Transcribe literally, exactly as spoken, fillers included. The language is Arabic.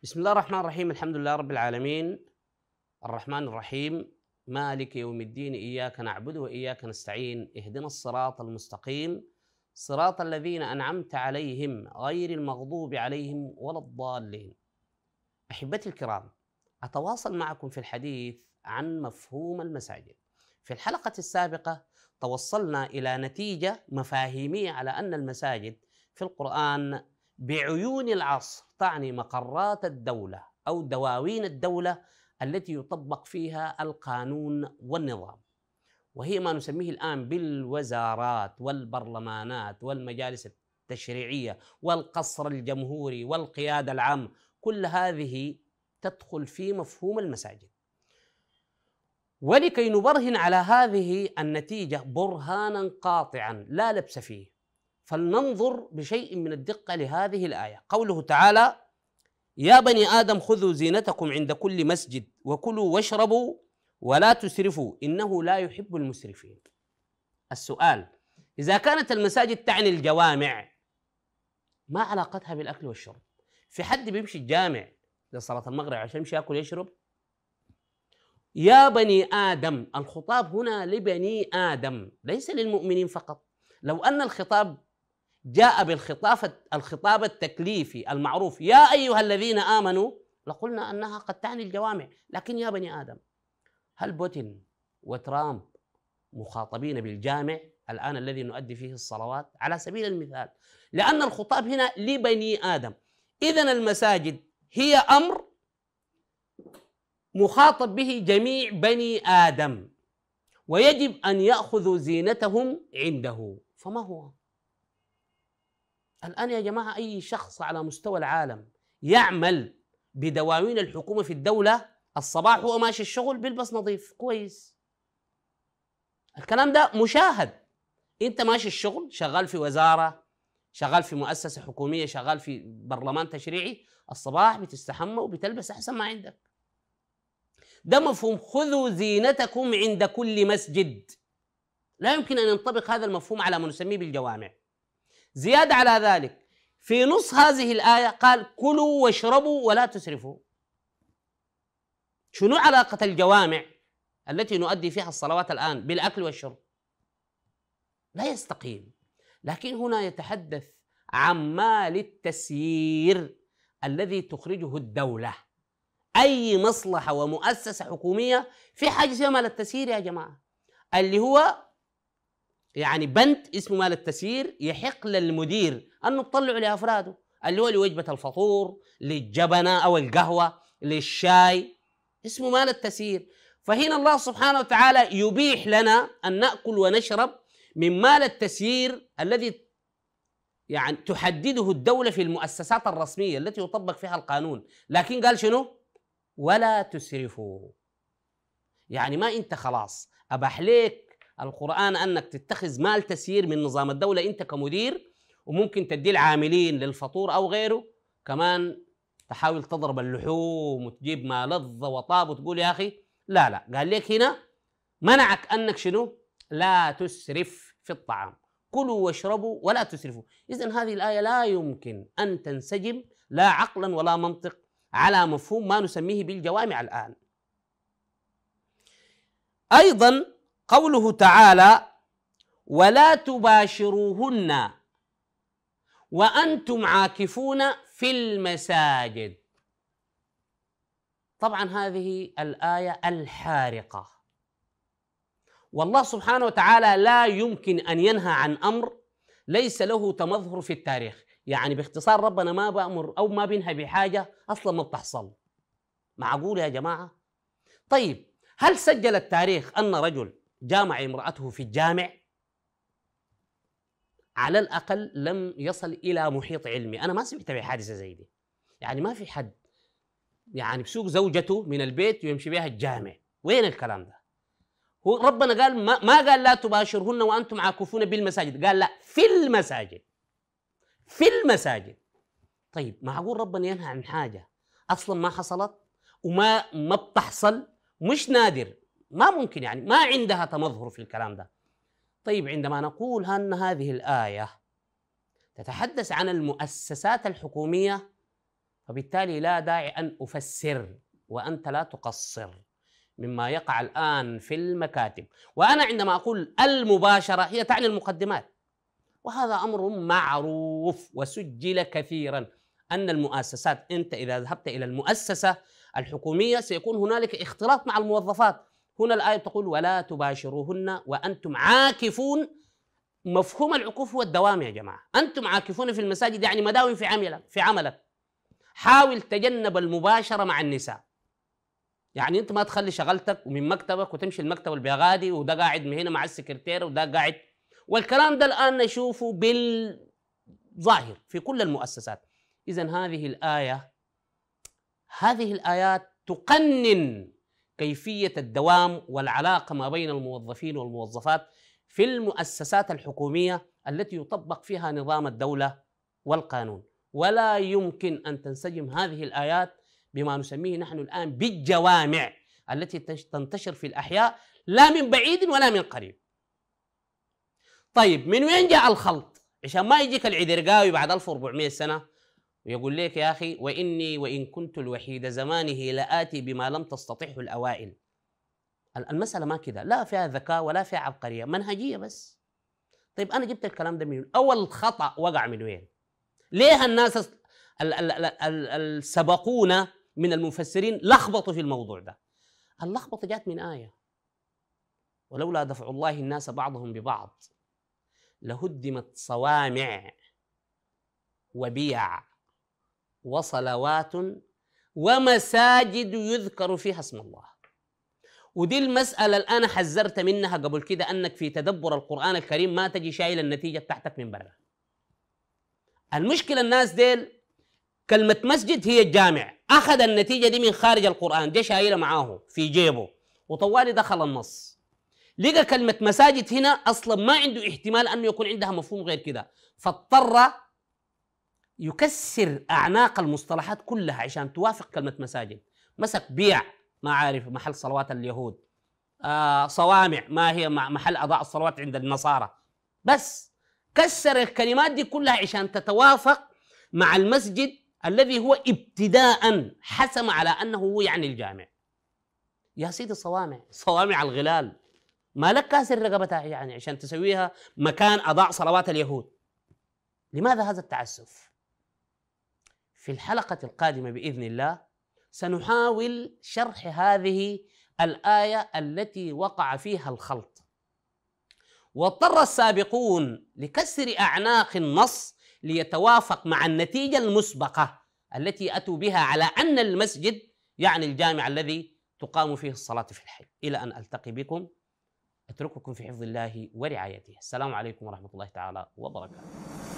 بسم الله الرحمن الرحيم. الحمد لله رب العالمين، الرحمن الرحيم، مالك يوم الدين، إياك نعبد وإياك نستعين، اهدنا الصراط المستقيم، صراط الذين أنعمت عليهم غير المغضوب عليهم ولا الضالين. أحبتي الكرام، أتواصل معكم في الحديث عن مفهوم المساجد. في الحلقة السابقة توصلنا إلى نتيجة مفاهيمية على أن المساجد في القرآن بعيون العصر تعني مقرات الدولة أو دواوين الدولة التي يطبق فيها القانون والنظام، وهي ما نسميه الآن بالوزارات والبرلمانات والمجالس التشريعية والقصر الجمهوري والقيادة العامة. كل هذه تدخل في مفهوم المساجد. ولكي نبرهن على هذه النتيجة برهانا قاطعا لا لبس فيه، فلننظر بشيء من الدقة لهذه الآية. قوله تعالى: يا بني آدم خذوا زينتكم عند كل مسجد وكلوا واشربوا ولا تسرفوا إنه لا يحب المسرفين. السؤال: إذا كانت المساجد تعني الجوامع، ما علاقتها بالأكل والشرب؟ في حد بيمشي الجامع لصلاة المغرب عشان يمشي يأكل يشرب؟ يا بني آدم، الخطاب هنا لبني آدم ليس للمؤمنين فقط. لو أن الخطاب جاء بالخطاب الخطاب التكليفي المعروف يا أيها الذين آمنوا لقلنا أنها قد تعني الجوامع، لكن يا بني آدم. هل بوتين وترامب مخاطبين بالجامع الآن الذي نؤدي فيه الصلوات على سبيل المثال؟ لأن الخطاب هنا لبني آدم. إذن المساجد هي أمر مخاطب به جميع بني آدم، ويجب أن يأخذوا زينتهم عنده. فما هو؟ الآن يا جماعة أي شخص على مستوى العالم يعمل بدواوين الحكومة في الدولة، الصباح هو ماشي الشغل بيلبس نظيف كويس. الكلام ده مشاهد. أنت ماشي الشغل، شغال في وزارة، شغال في مؤسسة حكومية، شغال في برلمان تشريعي، الصباح بتستحمى وبتلبس أحسن ما عندك. ده مفهوم خذوا زينتكم عند كل مسجد. لا يمكن أن ينطبق هذا المفهوم على ما نسميه بالجوامع. زيادة على ذلك، في نص هذه الآية قال كلوا واشربوا ولا تسرفوا. شنو علاقة الجوامع التي نؤدي فيها الصلوات الآن بالأكل والشرب؟ لا يستقيم. لكن هنا يتحدث عن مال التسيير الذي تخرجه الدولة. أي مصلحة ومؤسسة حكومية في حاجة اسمها مال التسيير يا جماعة، اللي هو يعني بند اسمه مال التسيير يحق للمدير أن يطلع لأفراده، اللي هو لوجبة الفطور، للجبنة أو القهوة، للشاي، اسمه مال التسيير. فهنا الله سبحانه وتعالى يبيح لنا أن نأكل ونشرب من مال التسيير الذي يعني تحدده الدولة في المؤسسات الرسمية التي يطبق فيها القانون. لكن قال شنو؟ ولا تسرفوا. يعني ما أنت خلاص أباح ليك القرآن أنك تتخذ مال تسيير من نظام الدولة أنت كمدير، وممكن تدي العاملين للفطور أو غيره، كمان تحاول تضرب اللحوم وتجيب ما لذ وطاب وتقول يا أخي لا لا. قال لك هنا منعك أنك شنو؟ لا تسرف في الطعام، كلوا واشربوا ولا تسرفوا. إذن هذه الآية لا يمكن أن تنسجم لا عقلا ولا منطق على مفهوم ما نسميه بالجوامع الآن. أيضا قوله تعالى: ولا تباشروهن وأنتم عاكفون في المساجد. طبعا هذه الآية الحارقة، والله سبحانه وتعالى لا يمكن أن ينهى عن أمر ليس له تمظهر في التاريخ. يعني باختصار ربنا ما بأمر أو ما بينهى بحاجة أصلا ما بتحصل. معقول يا جماعة؟ طيب هل سجل التاريخ أن رجل جامع امرأته في الجامع؟ على الأقل لم يصل إلى محيط علمي. أنا ما سمعت بحادثة زي دي. يعني ما في حد يعني بسوق زوجته من البيت ويمشي بها الجامع. وين الكلام ده؟ هو ربنا قال ما, ما قال لا تباشرهن وأنتم عاكفون بالمساجد، قال لا في المساجد، في المساجد. طيب معقول ربنا ينهى عن حاجة أصلا ما حصلت وما ما بتحصل؟ مش نادر، ما ممكن، يعني ما عندها تمظهر في الكلام ده. طيب عندما نقول أن هذه الآية تتحدث عن المؤسسات الحكومية، فبالتالي لا داعي أن أفسر وأنت لا تقصر مما يقع الآن في المكاتب. وأنا عندما أقول المباشرة هي تعني المقدمات، وهذا أمر معروف وسجل كثيرا أن المؤسسات، أنت إذا ذهبت إلى المؤسسة الحكومية سيكون هنالك اختلاط مع الموظفات. هنا الآية تقول ولا تباشروهن وأنتم عاكفون. مفهوم العكوف هو الدوام يا جماعة. أنتم عاكفون في المساجد يعني مداوم في عملك في عملك. حاول تجنب المباشرة مع النساء. يعني أنت ما تخلي شغلتك ومن مكتبك وتمشي المكتب البيغادي وده قاعد من هنا مع السكرتير وده قاعد، والكلام ده الآن نشوفه بالظاهر في كل المؤسسات. إذن هذه الآية هذه الآيات تقنن كيفية الدوام والعلاقة ما بين الموظفين والموظفات في المؤسسات الحكومية التي يطبق فيها نظام الدولة والقانون. ولا يمكن أن تنسجم هذه الآيات بما نسميه نحن الآن بالجوامع التي تنتشر في الأحياء لا من بعيد ولا من قريب. طيب من وين جاء الخلط؟ عشان ما يجيك العذرقاوي بعد ألف وأربعمائة سنة ويقول لك يا أخي وإني وإن كنت الوحيد زمانه لآتي بما لم تستطعه الأوائل. المسألة ما كده، لا فيها ذكاء ولا فيها عبقرية، منهجية بس. طيب أنا جبت الكلام ده من أول خطأ وقع من وين؟ ليه الناس السبقونا من المفسرين لخبطوا في الموضوع ده؟ اللخبطة جات من آية ولولا دفع الله الناس بعضهم ببعض لهدمت صوامع وبيع وصلوات ومساجد يذكر فيها اسم الله. ودي المسألة اللي أنا حذرت منها قبل كده، أنك في تدبر القرآن الكريم ما تجي شايل النتيجة بتاعتك من برا. المشكلة الناس ديل كلمة مسجد هي الجامع، أخذ النتيجة دي من خارج القرآن، جا شايلها معاه في جيبه وطوالي دخل النص، لقى كلمة مساجد هنا أصلا ما عنده احتمال أنه يكون عندها مفهوم غير كده، فاضطر يكسر أعناق المصطلحات كلها عشان توافق كلمة مساجد. مسك بيع ما عارف محل صلوات اليهود، آه صوامع ما هي محل أضاء الصلوات عند النصارى، بس كسر الكلمات دي كلها عشان تتوافق مع المسجد الذي هو ابتداء حسم على أنه هو يعني الجامع. يا سيدي صوامع صوامع الغلال ما لك كاسر رقبتها يعني عشان تسويها مكان أضاء صلوات اليهود. لماذا هذا التعسف؟ في الحلقة القادمة بإذن الله سنحاول شرح هذه الآية التي وقع فيها الخلط، واضطر السابقون لكسر أعناق النص ليتوافق مع النتيجة المسبقة التي أتوا بها على أن المسجد يعني الجامع الذي تقام فيه الصلاة في الحي. إلى أن ألتقي بكم أترككم في حفظ الله ورعايته. السلام عليكم ورحمة الله تعالى وبركاته.